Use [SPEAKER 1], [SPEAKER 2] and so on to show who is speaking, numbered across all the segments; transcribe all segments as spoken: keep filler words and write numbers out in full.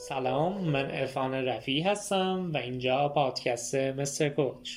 [SPEAKER 1] سلام، من عرفان رفیعی هستم و اینجا پادکست مستر کوچ.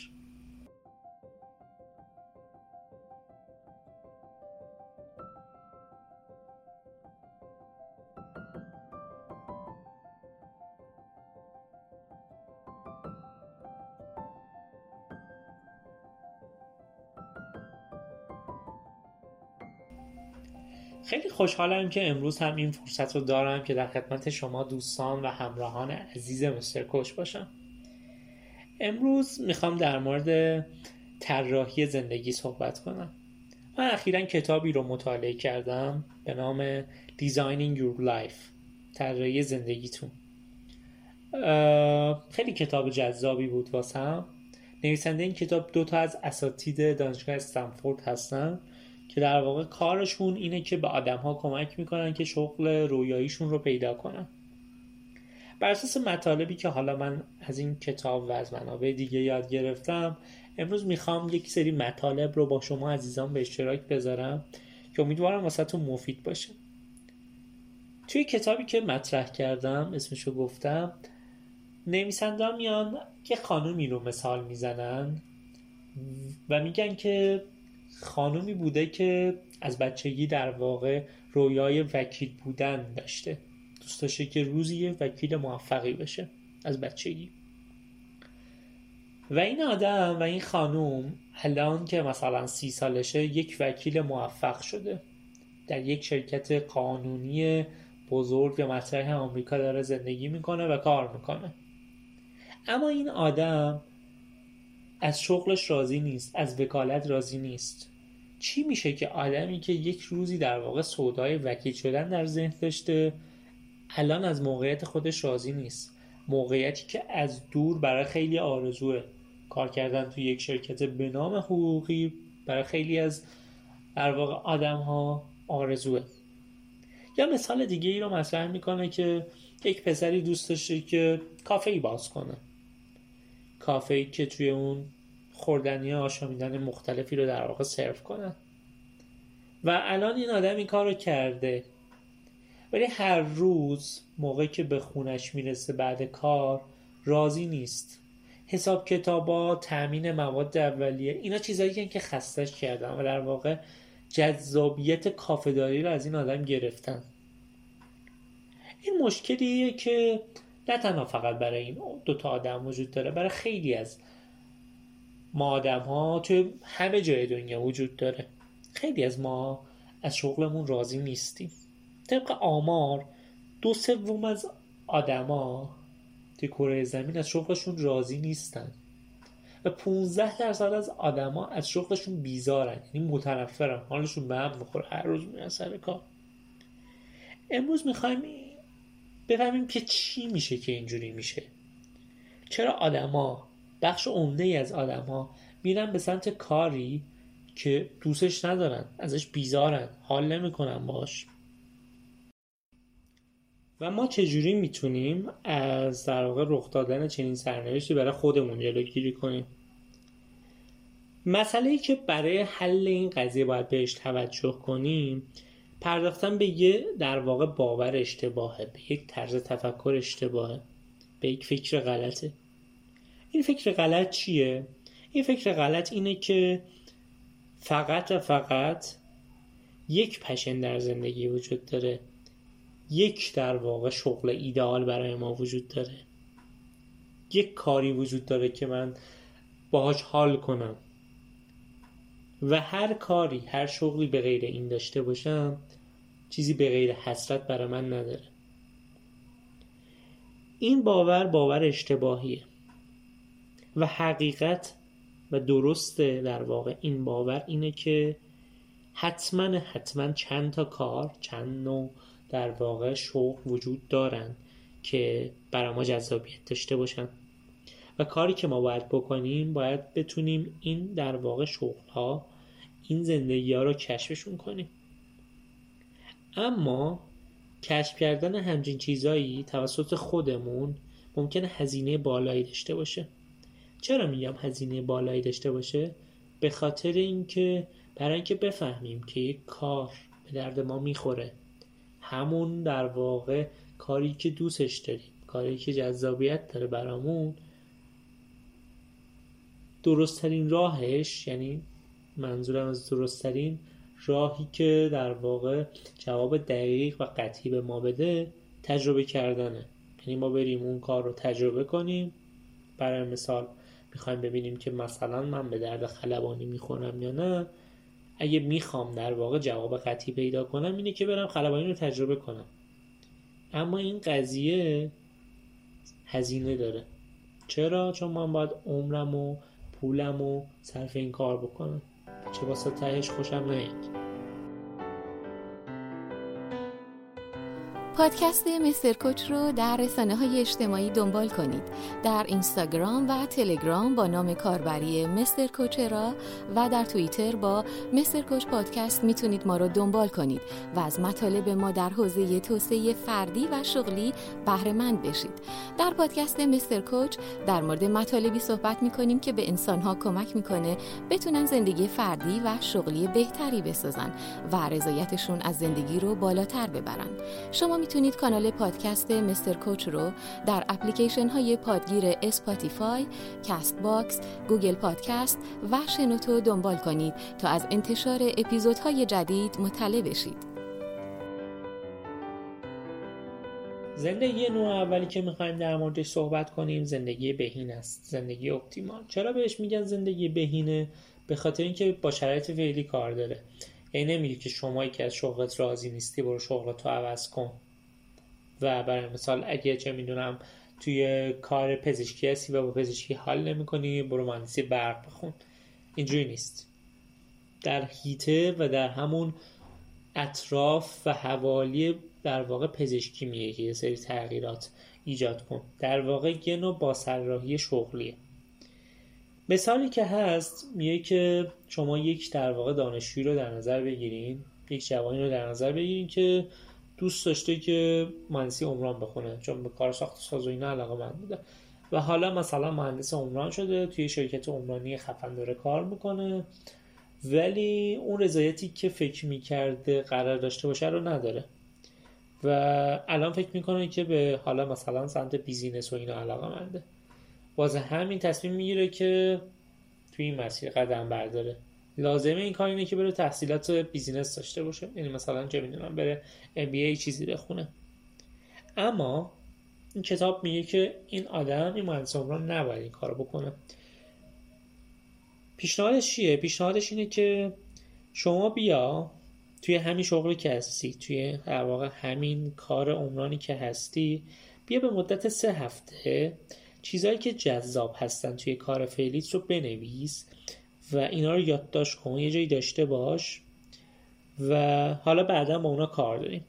[SPEAKER 1] خیلی خوشحالم که امروز هم این فرصت رو دارم که در خدمت شما دوستان و همراهان عزیز مستر کوچ باشم. امروز میخوام در مورد طراحی زندگی صحبت کنم. من اخیراً کتابی رو مطالعه کردم به نام Designing Your Life، طراحی زندگیتون. خیلی کتاب جذابی بود واسم. نویسنده این کتاب دو تا از اساتید دانشگاه استنفورد هستن که در واقع کارشون اینه که به آدم‌ها کمک میکنن که شغل رویاییشون رو پیدا کنن. بر اساس مطالبی که حالا من از این کتاب و از منابع دیگه یاد گرفتم، امروز میخوام یک سری مطالب رو با شما عزیزان به اشتراک بذارم که امیدوارم واسهتون مفید باشه. توی کتابی که مطرح کردم، اسمشو گفتم، نویسنده میان که خانومی رو مثال میزنن و میگن که خانومی بوده که از بچگی در واقع رویای وکیل بودن داشته، دوست داشته که روزی یه وکیل موفقی بشه از بچگی. و این آدم و این خانوم الان که مثلا سی سالشه یک وکیل موفق شده، در یک شرکت قانونی بزرگ و مطرح آمریکا داره زندگی میکنه و کار میکنه. اما این آدم از شغلش راضی نیست، از وکالت راضی نیست. چی میشه که آدمی که یک روزی در واقع سودای وکیل شدن در ذهن داشته، الان از موقعیت خودش راضی نیست؟ موقعیتی که از دور برای خیلی آرزوه. کار کردن توی یک شرکت به نام حقوقی برای خیلی از در واقع آدم ها آرزوه. یا مثال دیگه ای رو مطرح میکنه که یک پسری دوست داشته که کافه‌ای باز کنه، کافه‌ای که توی اون خوردنی آشامیدن مختلفی رو در واقع سرو کنن. و الان این آدم این کار رو کرده، ولی هر روز موقعی که به خونش میرسه بعد کار راضی نیست. حساب کتابا، تامین مواد اولیه، اینا چیزایی که خستش کردن و در واقع جذابیت کافه‌داری رو از این آدم گرفتن. این مشکلیه که نه تنها فقط برای این دوتا آدم وجود داره، برای خیلی از ما آدم ها توی همه جای دنیا وجود داره. خیلی از ما از شغلمون راضی نیستیم. طبق آمار دو سوم از آدما توی کره زمین از شغلشون راضی نیستن و پانزده درصد از آدما از شغلشون بیزارن، یعنی متنفرن، حالشون به هم میخوره، هر روز میرن سر کار. امروز میخوایم بفهمیم که چی میشه که اینجوری میشه. چرا آدما، بخش عمده‌ای از آدما میرن به سمت کاری که دوستش ندارن، ازش بیزارن، حال نمیکنن باش. و ما چجوری میتونیم از در واقع رخ دادن چنین سرنوشتی برای خودمون جلوگیری کنیم؟ مسئله‌ای که برای حل این قضیه باید بهش توجه کنیم، پرداختن به یه در واقع باور اشتباهه، به یک طرز تفکر اشتباهه، به یک فکر غلطه. این فکر غلط چیه؟ این فکر غلط اینه که فقط و فقط یک پشن در زندگی وجود داره، یک در واقع شغل ایدئال برای ما وجود داره، یک کاری وجود داره که من باهاش حال کنم و هر کاری، هر شغلی به غیر این داشته باشم چیزی به غیر حسرت برای من نداره. این باور باور اشتباهیه و حقیقت و درسته در واقع این باور اینه که حتما حتما چند تا کار، چند نوع در واقع شغل وجود دارن که برای ما جذابیت داشته باشن و کاری که ما باید بکنیم، باید بتونیم این در واقع شغل ها، این زندگی ها رو کشفشون کنیم. اما کشف کردن همچین چیزایی توسط خودمون ممکنه هزینه بالایی داشته باشه. چرا میگم هزینه بالایی داشته باشه؟ به خاطر اینکه برای اینکه بفهمیم که یک کار به درد ما میخوره، همون در واقع کاری که دوستش داریم، کاری که جذابیت داره برامون، درست ترین راهش، یعنی منظورم از درست ترین راهی که در واقع جواب دقیق و قطعی به ما بده، تجربه کردنه. یعنی ما بریم اون کار رو تجربه کنیم. برای مثال میخوایم ببینیم که مثلا من به درد خلبانی میخورم یا نه. اگه میخوام در واقع جواب قطعی پیدا کنم، اینه که برم خلبانی رو تجربه کنم. اما این قضیه هزینه داره. چرا؟ چون من باید عمرم و پولم و صرف این کار بکنم، چه واسه تهش خوشم نیاد.
[SPEAKER 2] پادکست مستر کوچ رو در رسانه‌های اجتماعی دنبال کنید. در اینستاگرام و تلگرام با نام کاربری مستر کوچرا و در توییتر با مستر کوچ پادکست میتونید ما رو دنبال کنید و از مطالب ما در حوزه توسعه فردی و شغلی بهره مند بشید. در پادکست مستر کوچ در مورد مطالبی صحبت میکنیم که به انسان‌ها کمک میکنه بتونن زندگی فردی و شغلی بهتری بسازن و رضایتشون از زندگی رو بالاتر ببرن. شما میتونید کانال پادکست مستر کوچ رو در اپلیکیشن های پادگیر اسپاتیفای، کست باکس، گوگل پادکست و شنوتو دنبال کنید تا از انتشار اپیزودهای جدید مطلع بشید.
[SPEAKER 1] زندگی نوع اولی که میخوایم در موردش صحبت کنیم زندگی بهین است، زندگی اپتیمال. چرا بهش میگن زندگی بهینه؟ به خاطر اینکه با شرایط فعلی کار داره. یعنی نمیگه که شما که از شغلت راضی نیستی برو شغلتو عوض کن. و برای مثال اگه چه میدونم توی کار پزشکی هستی و با پزشکی حال نمی کنی برو مهندسی برق بخون. اینجوری نیست. در حیطه و در همون اطراف و حوالی در واقع پزشکی میگه که یه سری تغییرات ایجاد کن. در واقع یه نوع باسراحی شغلیه. مثالی که هست میگه که شما یک در واقع دانشجویی رو در نظر بگیرین، یک جوانی رو در نظر بگیرین که دوست داشته که مهندسی عمران بخونه چون به کار ساخت و ساز و اینا علاقه‌مند بوده و حالا مثلا مهندس عمران شده، توی شرکت عمرانی خفن داره کار میکنه، ولی اون رضایتی که فکر میکرده قرار داشته باشه رو نداره و الان فکر میکنه که به حالا مثلا سمت بیزینس و اینا علاقه‌منده. واسه همین تصمیم میگیره که توی این مسیر قدم برداره. لازمه این کار اینه که بره تحصیلات بیزینس داشته باشه، یعنی مثلا چه میدونم بره ام بی ای چیزی بخونه. اما این کتاب میگه که این آدم، این مهندس عمران نباید این کارو بکنه. پیشنهادش چیه؟ پیشنهادش اینه که شما بیا توی همین شغلی که هستی، توی در واقع همین کار عمرانی که هستی، بیا به مدت سه هفته چیزایی که جذاب هستن توی کار فعلیت رو بنویس و اینا رو یادداشت کن، یه جایی داشته باش و حالا بعدا با اونا کار داریم.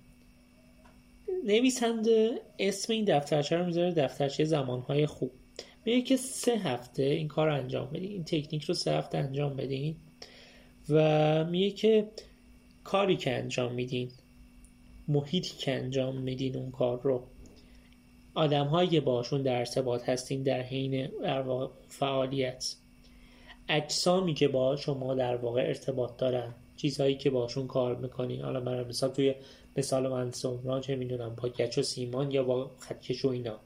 [SPEAKER 1] نویسنده اسم این دفترچه رو میذاره دفترچه زمانهای خوب. میگه که سه هفته این کار رو انجام بدین، این تکنیک رو سه هفته انجام بدین و میگه که کاری که انجام میدین، محیطی که انجام میدین اون کار رو، آدم‌هایی که باشون در ارتباط هستین در حین در واقع فعالیت، اجسامی که با شما در واقع ارتباط دارن، چیزهایی که باشون کار میکنین. حالا من مثلا توی مثال مهندس عمران چه میدونم با گچ و سیمان یا با خطکش و اینا،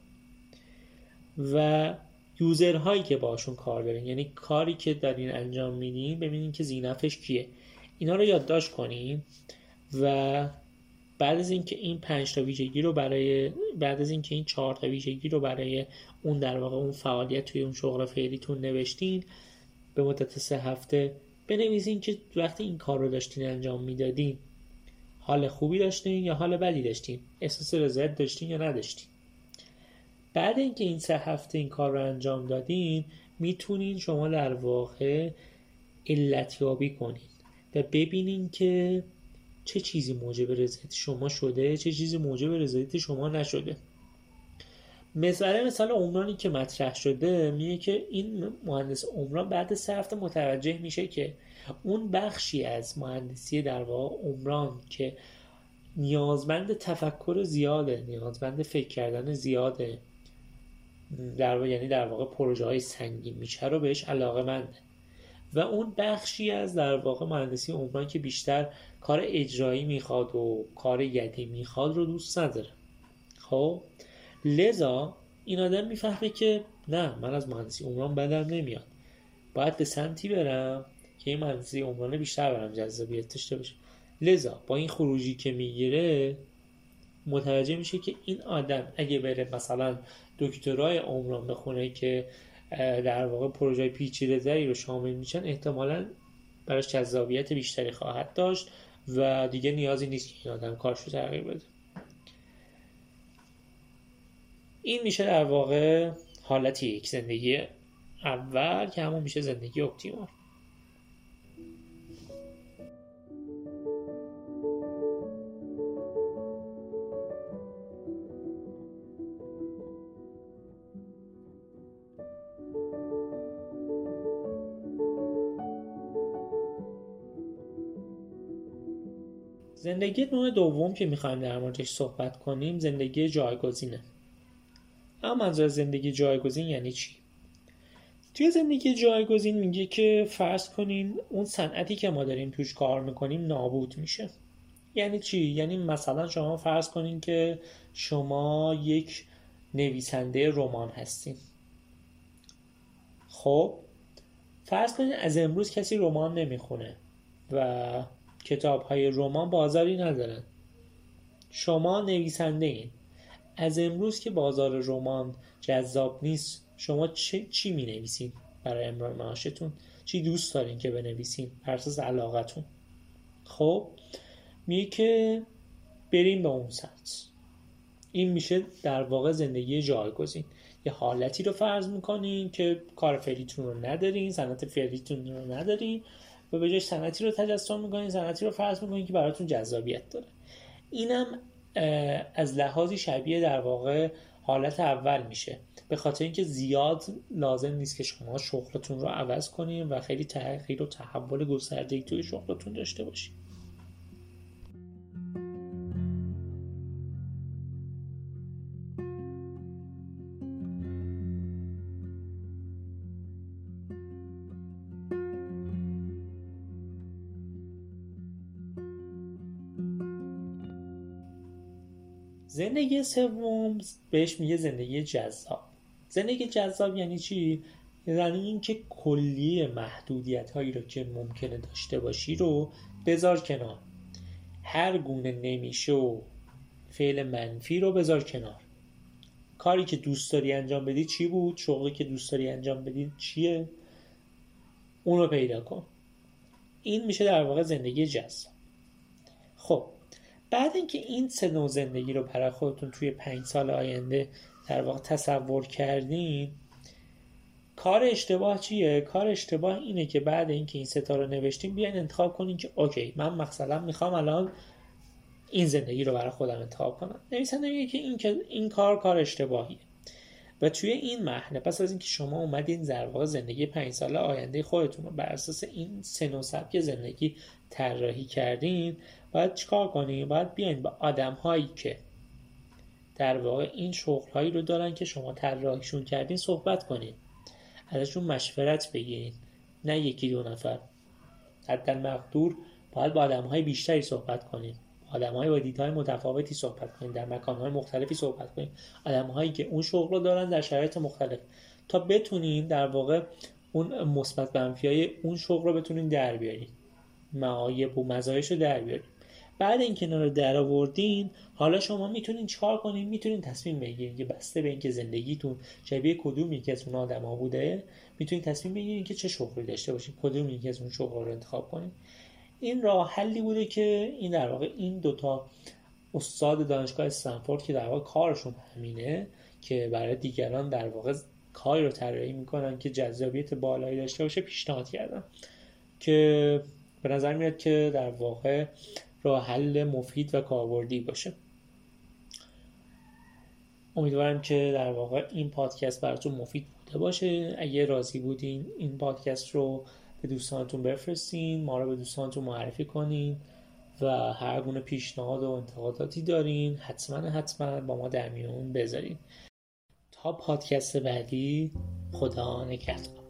[SPEAKER 1] و یوزرهایی که باشون کار دارین، یعنی کاری که دارین انجام میدین ببینین که زینفش کیه. اینا رو یادداشت کنین و بعد از اینکه این پنج تا ویژگی رو برای بعد از اینکه این چهار تا ویژگی رو برای اون در واقع اون فعالیت توی اون شغل فعلیتون نوشتین، به مدت سه هفته بنویسین که وقتی این کار رو داشتین انجام میدادین حال خوبی داشتین یا حال بدی داشتین، احساس رضایت داشتین یا نداشتین. بعد اینکه این سه هفته این کار رو انجام دادین میتونین شما در واقع علتیابی کنین و ببینین که چه چیزی موجب رضایت شما شده، چه چیزی موجب رضایت شما نشده. مثلا مثال عمرانی که مطرح شده میگه که این مهندس عمران بعد سه هفته متوجه میشه که اون بخشی از مهندسی در واقع عمران که نیازمند تفکر زیاده، نیازمند فکر کردن زیاده، در واقع یعنی در واقع پروژه های سنگین میشه رو بهش علاقه‌منده و اون بخشی از در واقع مهندسی عمران که بیشتر کار اجرایی میخواد و کار یدی میخواد رو دوست نداره. خب لذا این آدم میفهمه که نه، من از مهندسی عمران بدم نمیاد، باید به سمتی برم که این مهندسی عمران بیشتر برم جذابیت داشته باشه. لذا با این خروجی که میگیره متوجه میشه که این آدم اگه بره مثلا دکترای عمران بخونه که در واقع پروژه پیچیده‌تری رو شامل میشن، احتمالاً براش جذابیت بیشتری خواهد داشت و دیگه نیازی نیست که این آدم کارشو تغییر بده. این میشه در واقع حالت یک زندگی اول که همون میشه زندگی اپتیمال. زندگی نوع دوم که میخوایم در موردش صحبت کنیم زندگی جایگزینه. اما منظور زندگی جایگزین یعنی چی؟ توی زندگی جایگزین میگه که فرض کنین اون صنعتی که ما داریم توش کار میکنیم نابود میشه. یعنی چی؟ یعنی مثلا شما فرض کنین که شما یک نویسنده رمان هستین. خب فرض کنین از امروز کسی رمان نمیخونه و کتاب‌های رمان بازاری ندارن. شما نویسنده این. از امروز که بازار رمان جذاب نیست، شما چی, چی می نویسین برای امرار معاشتون؟ چی دوست دارین که بنویسین بر اساس علاقتون؟ خب میگه که بریم به اون سمت. این میشه در واقع زندگی جایگزین. یه حالتی رو فرض میکنین که کار فعلیتون رو ندارین، صنعت فعلیتون رو ندارین و به جای صنعتی رو تجسم میکنین، صنعتی رو فرض میکنین که براتون جذابیت داره. اینم از لحاظی شبیه در واقع حالت اول میشه، به خاطر اینکه زیاد لازم نیست که شما شغلتون رو عوض کنین و خیلی تغییر و تحول گسترده‌ای توی شغلتون داشته باشین. زندگی سوم بهش میگه زندگی جذاب. زندگی جذاب یعنی چی؟ یعنی این که کلیه محدودیت هایی رو که ممکنه داشته باشی رو بذار کنار. هر گونه نمیشه و فعل منفی رو بذار کنار. کاری که دوست داری انجام بدی چی بود؟ شغلی که دوست داری انجام بدی چیه؟ اون رو پیدا کن. این میشه در واقع زندگی جذاب. خب بعد اینکه این سه نوع زندگی رو برای خودتون توی پنج سال آینده در واقع تصور کردین، کار اشتباه چیه؟ کار اشتباه اینه که بعد اینکه این سه تا رو نوشتین بیاین انتخاب کنین که اوکی من مثلا میخوام الان این زندگی رو برای خودم انتخاب کنم. نویسنده میگه که این که این کار کار اشتباهیه و توی این مرحله پس از اینکه شما اومدین در واقع زندگی پنج ساله آینده خودتون رو بر اساس این سه نوع سبک زندگی طراحی کردین، باید چیکار کنین؟ باید بیاین با آدم‌هایی که در واقع این شغل‌هایی رو دارن که شما طراحیشون کردین صحبت کنین، ازشون مشورت بگیرین، نه یکی دو نفر. حداقل باید با آدم‌های بیشتری صحبت کنین، آدم‌های با دیدهای متفاوتی صحبت کنین، در مکان‌های مختلفی صحبت کنین، آدم‌هایی که اون شغل رو دارن در شرایط مختلف، تا بتونین در واقع اون مثبت منفیای اون شغل رو بتونین در بیارین، معایب و مزایاش رو در بیارین. بعد اینکه اینا رو در آوردین، حالا شما میتونین چیکار کنین؟ میتونین تصمیم بگیرین که بسته به اینکه زندگیتون شبیه کدوم یکی از اون آدما بوده، میتونین تصمیم بگیرین که چه شغلی داشته باشین، کدوم یکی از اون شغل رو انتخاب کنین. این راه حلی بوده که این در واقع این دوتا استاد دانشگاه استنفورد که در واقع کارشون همینه که برای دیگران در واقع کاری رو طراحی میکنن که جذابیت بالایی داشته باشه پیشنهاد کردن، که به نظر میاد که در واقع راه حل مفید و کاربردی باشه. امیدوارم که در واقع این پادکست براتون مفید بوده باشه. اگه راضی بودین این پادکست رو به دوستانتون بفرستین، ما رو به دوستانتون معرفی کنین و هر گونه پیشنهاد و انتقاداتی دارین حتما حتما با ما در میون بذارین. تا پادکست بعدی، خدا نگهدار.